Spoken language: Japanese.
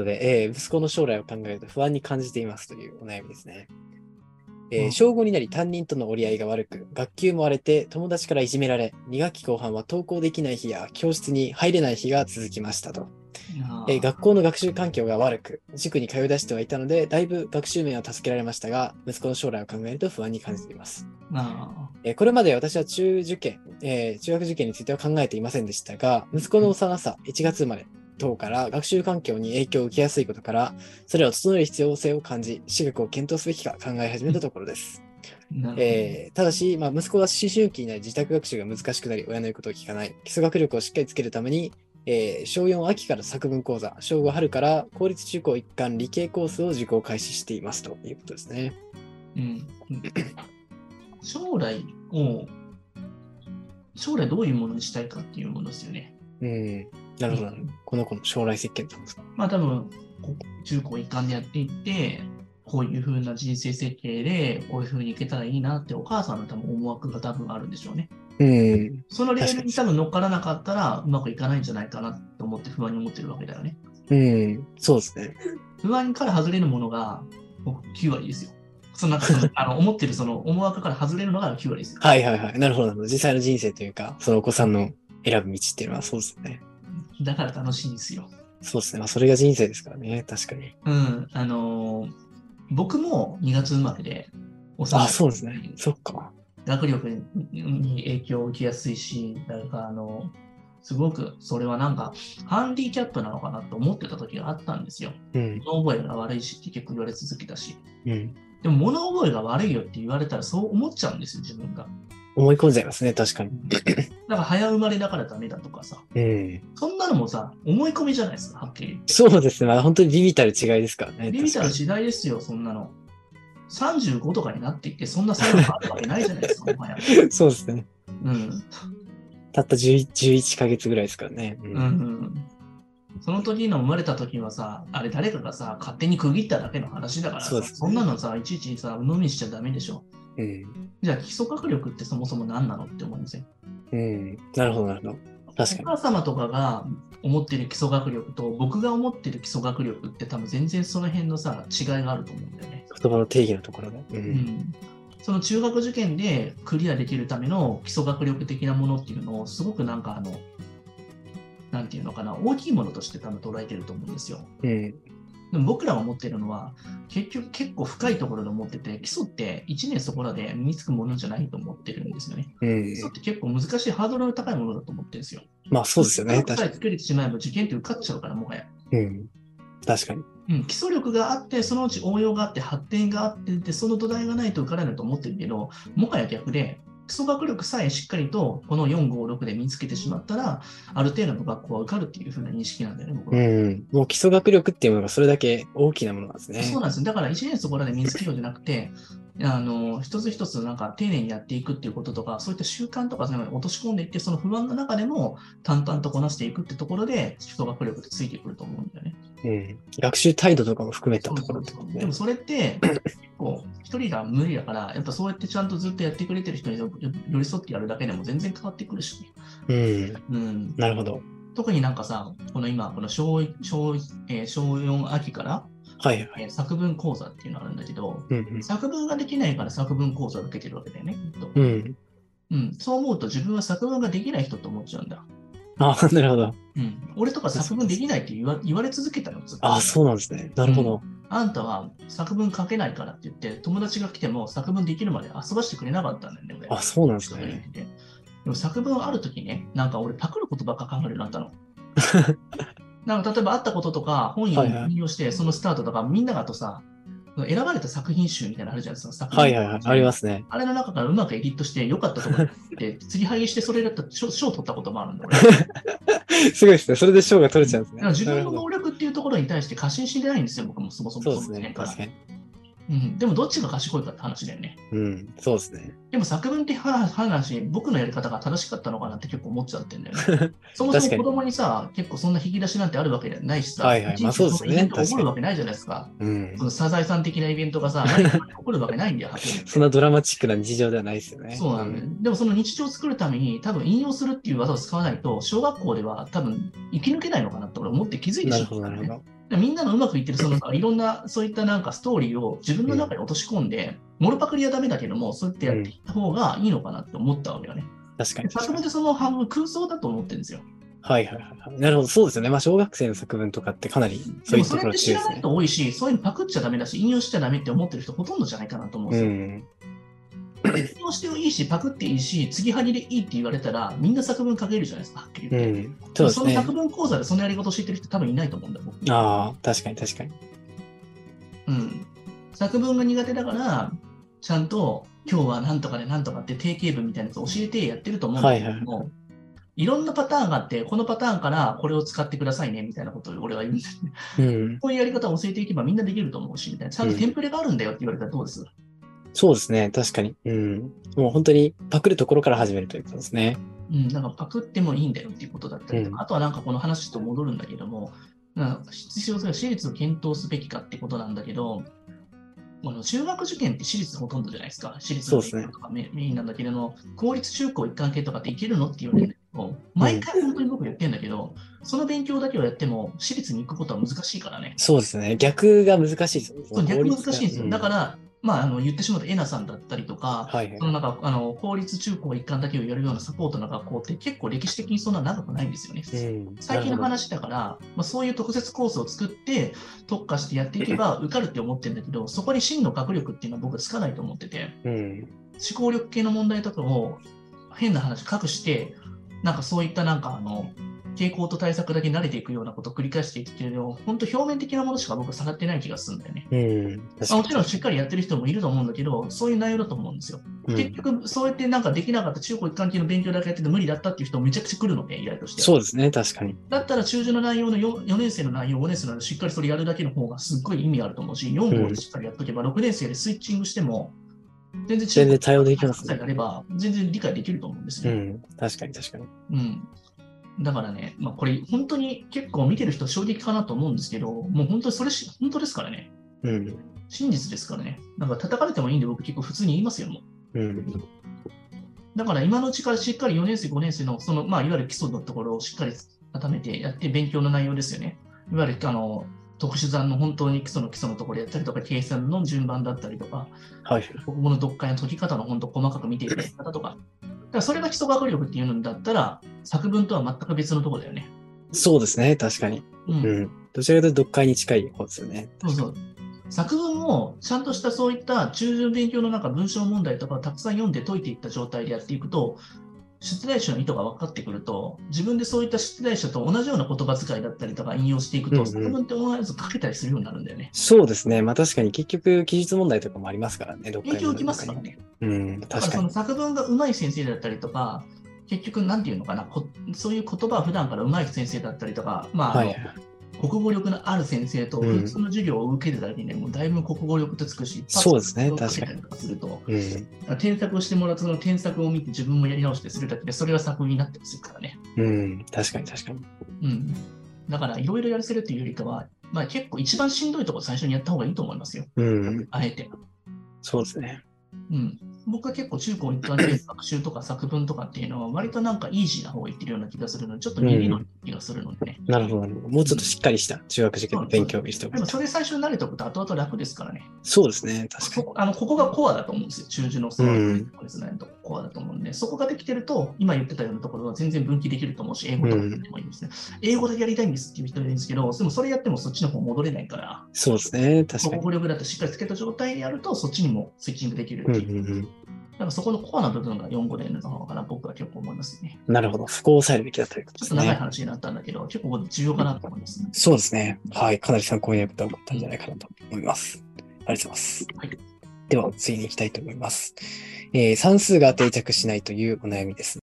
で、息子の将来を考えると不安に感じていますというお悩みですね。 うん小5になり担任との折り合いが悪く、学級も荒れて友達からいじめられ、2学期後半は登校できない日や教室に入れない日が続きましたと。学校の学習環境が悪く、塾に通い出してはいたので、だいぶ学習面を助けられましたが、息子の将来を考えると不安に感じています。これまで私は中学受験については考えていませんでしたが、息子の幼さ、1月生まれ等から学習環境に影響を受けやすいことから、それを整える必要性を感じ、私学を検討すべきか考え始めたところです。ただし、息子は思春期になり自宅学習が難しくなり、親の言うことを聞かない。基礎学力をしっかりつけるために、小4秋から作文講座、小5春から公立中高一貫理系コースを受講開始していますということですね。 将来どういうものにしたいかっていうものですよね。 なるほど。この子の将来設計なんですか。 多分、中高一貫でやっていって、こういう風な人生設計で、こういう風にいけたらいいなってお母さんの多分思惑が多分あるんでしょうね。そのレールに多分乗っからなかったらうまくいかないんじゃないかなと思って不安に思ってるわけだよね。 そうですね。 不安から外れるものが9割ですよ。思ってるその思惑から外れるのが9割ですよ。 はいはいはい。なるほど。実際の人生というか、そのお子さんの選ぶ道っていうのはそうですね。 だから楽しいんですよ。 そうですね。それが人生ですからね。確かに。 僕も2月生まれで、 そうですね。そっか。 学力に影響を受けやすいし、すごくそれはハンディキャップなのかなと思ってた時があったんですよ。物覚えが悪いしって結構言われ続けたし。でも物覚えが悪いよって言われたらそう思っちゃうんですよ、自分が。 思い込んじゃいますね、確かに。 早生まれだからダメだとかさ。そんなのもさ、思い込みじゃないですか、はっきり言って。 そうですね。本当にビビたる違いですからね。 ビビたる違いですよ、そんなの。35とかになっていって、そんな才能があるわけないじゃないですか、もはや。 そうですね。たった11ヶ月ぐらいですからね。 その時の生まれた時はさ、あれ誰かがさ、勝手に区切っただけの話だからさ、そんなのさ、いちいちさ、鵜呑みしちゃダメでしょ。じゃあ基礎学力ってそもそも何なのって思うんですよ。 なるほど、なるほど。確かに。 お母様とかが思っている基礎学力と僕が思っている基礎学力って多分全然その辺のさ、違いがあると思うんだよね。 言葉の定義のところで。 その中学受験でクリアできるための基礎学力的なものっていうのをすごくなんていうのかな、大きいものとして多分捉えてると思うんですよ。でも僕らが思ってるのは、結局結構深いところで思ってて、基礎って1年そこらで身につくものじゃないと思ってるんですよね。基礎って結構難しいハードルの高いものだと思ってるんですよ。 そうですよね。 確かに。つけれてしまえば受験って受かっちゃうから、もはや。 確かに。 基礎力があって、そのうち応用があって、発展があって、その土台がないと受からないと思ってるけど、もはや逆で、基礎学力さえしっかりとこの4、5、6で身につけてしまったら、ある程度の学校は受かるっていう風な認識なんだよね、僕は。 もう基礎学力っていうものがそれだけ大きなものなんですね。 そうなんです。だから1年そこらで身につけようじゃなくて、一つ一つ丁寧にやっていくっていうこととか、そういった習慣とかそういうのに落とし込んでいって、その不安の中でも淡々とこなしていくってところで、基礎学力ってついてくると思うんだよね。 学習態度とかも含めたところってことね。 でもそれって、結構一人が無理だから、やっぱそうやってちゃんとずっとやってくれてる人に寄り添ってやるだけでも全然変わってくるしね。 なるほど。 特にさ、この小4秋から、作文講座っていうのがあるんだけど、作文ができないから作文講座を受けてるわけだよね。そう思うと自分は作文ができない人と思っちゃうんだ。 なるほど。 俺とか作文できないって言われ続けたの。 そうなんですね。なるほど。 あんたは作文書けないからって言って、友達が来ても作文できるまで遊ばしてくれなかったんだよね。 そうなんですね。 でも作文あるときね、俺パクることばっか考えるようになったの。例えばあったこととか本を引用して、そのスタートとかみんながとさ、選ばれた作品集みたいなのあるじゃないですか。 ありますね。 あれの中からうまくエディットして良かったところで、次はぎしてそれだったら賞を取ったこともあるんだ、俺。 すごいですね。それで賞が取れちゃうんですね。 自分の能力っていうところに対して過信してないんですよ、僕もそもそも。 そうですね。確かに。 でもどっちが賢いかって話だよね。 そうですね。 でも作文って話、僕のやり方が正しかったのかなって結構思っちゃってんだよね。そもそも子供にさ、結構そんな引き出しなんてあるわけじゃないしさ、 そうですね。 起こるわけないじゃないですか。そのサザエさん的なイベントがさ、何か起こるわけないんだよ、 そんなドラマチックな日常ではないですよね。 そうなんだよ。でもその日常を作るために、多分引用するっていう技を使わないと、小学校では多分生き抜けないのかなって俺思って気づいてしまった、ね。 なるほど。 みんなのうまくいってる、いろんな、そういったなんかストーリーを自分の中に落とし込んで、モルパクリはダメだけども、そうやってやっていった方がいいのかなって思ったわけよね。 確かに。 作文でその半分空想だと思ってるんですよ。 はいはいはい。なるほど、そうですよね。まあ、小学生の作文とかってかなりそういうところ強いですね。 でもそれって知らない人多いし、そういうのパクっちゃダメだし、引用しちゃダメって思ってる人ほとんどじゃないかなと思うんですよ。引用してもいいし、パクっていいし、継ぎはぎでいいって言われたら、みんな作文書けるじゃないですか、はっきり言って。そうですね。その作文講座でそのやり方を知ってる人多分いないと思うんだよ。 ああ、確かに確かに。 うん。作文が苦手だから、ちゃんと今日はなんとかでなんとかって定型文みたいなやつを教えてやってると思うんだけども、はいはい、いろんなパターンがあって、このパターンからこれを使ってくださいねみたいなことを俺は言うんですね。こういうやり方を教えていけばみんなできると思うし、みたいな。ちゃんとテンプレがあるんだよって言われたらどうです？ そうですね。確かに。もう本当にパクるところから始めるということですね。 なんかパクってもいいんだよっていうことだったりとか、あとはなんかこの話と戻るんだけども、必要性は私立を検討すべきかってことなんだけど、中学受験って私立ほとんどじゃないですか。私立の勉強とかメインなんだけれども、公立中高一貫系とかっていけるのって言われるんだけど、毎回本当に僕言ってるんだけど、その勉強だけをやっても私立に行くことは難しいからね。 そうですね。逆が難しいですよね。 そう、逆難しいんですよ。だから、言ってしまうと、エナさんだったりとか、公立中高一貫だけをやるようなサポートの学校って結構歴史的にそんな長くないんですよね。最近の話だから、そういう特設コースを作って特化してやっていけば受かるって思ってるんだけど、そこに真の学力っていうのは僕はつかないと思ってて、思考力系の問題とかを変な話隠して、そういった傾向と対策だけ慣れていくようなことを繰り返していくけど、本当表面的なものしか僕は下がってない気がするんだよね。もちろんしっかりやってる人もいると思うんだけど、そういう内容だと思うんですよ。結局、そうやってできなかった中高一貫系の勉強だけやってて無理だったっていう人もめちゃくちゃ来るので、依頼としては。 そうですね、確かに。 だったら中受の内容の 4年生の内容、5年生の内容、しっかりそれやるだけの方がすっごい意味あると思うし、4号でしっかりやっとけば、6年生でスイッチングしても、全然対応できますね。やれば全然理解できると思うんですね。 確かに確かに。 だからね、これ本当に結構見てる人衝撃かなと思うんですけど、もう本当に本当ですからね。真実ですからね。叩かれてもいいんで僕結構普通に言いますよ、もう。だから今のうちからしっかり4年生、5年生のいわゆる基礎のところをしっかり固めてやって勉強の内容ですよね。いわゆる特殊算の本当に基礎のところやったりとか、計算の順番だったりとか、国語の読解の解き方の本当細かく見ていくやり方とか。だからそれが基礎学力っていうんだったら、作文とは全く別のところだよね。 そうですね、確かに。どちらかというと読解に近い方ですよね。 そうそう。作文もちゃんとしたそういった中旬勉強の文章問題とかをたくさん読んで解いていった状態でやっていくと、出題者の意図が分かってくると、自分でそういった出題者と同じような言葉遣いだったりとか引用していくと、作文って同じず書けたりするようになるんだよね。 そうですね。確かに結局記述問題とかもありますからね。 影響を受けますからね。 だからその作文が上手い先生だったりとか、結局なんていうのかな、そういう言葉は普段から上手い先生だったりとか、国語力のある先生と普通の授業を受けてただけにね、もうだいぶ国語力とつくし、 そうですね、確かに。 すると、添削をしてもらうその添削を見て自分もやり直してするだけで、それが作文になってますからね。 確かに確かに。 だから、いろいろやらせるというよりかは、結構一番しんどいところ最初にやった方がいいと思いますよ。あえて。 そうですね。 僕は結構中高一貫で学習とか作文とかっていうのは割とイージーな方がいってるような気がするので、ちょっと逃げの気がするのでね。 なるほど。もうちょっとしっかりした中学受験の勉強をしておく。 でもそれ最初に慣れておくと後々楽ですからね。 そうですね。確かに。 ここがコアだと思うんですよ。中受のコアだと思うんで、そこができてると、今言ってたようなところは全然分岐できると思うし、英語とかやってもいいんですね。英語でやりたいんですっていう人いるんですけど、でもそれやってもそっちの方戻れないから。 そうですね。確かに。 国語力だとしっかりつけた状態でやると、そっちにもスイッチングできるっていう。そこのコアな部分が4、5年の方かな、僕は結構思いますね。 なるほど。そこを抑えるべきだということですね。 ちょっと長い話になったんだけど、結構重要かなと思いますね。 そうですね。はい。かなり参考になったんじゃないかなと思います。ありがとうございます。では、次に行きたいと思います。算数が定着しないというお悩みです。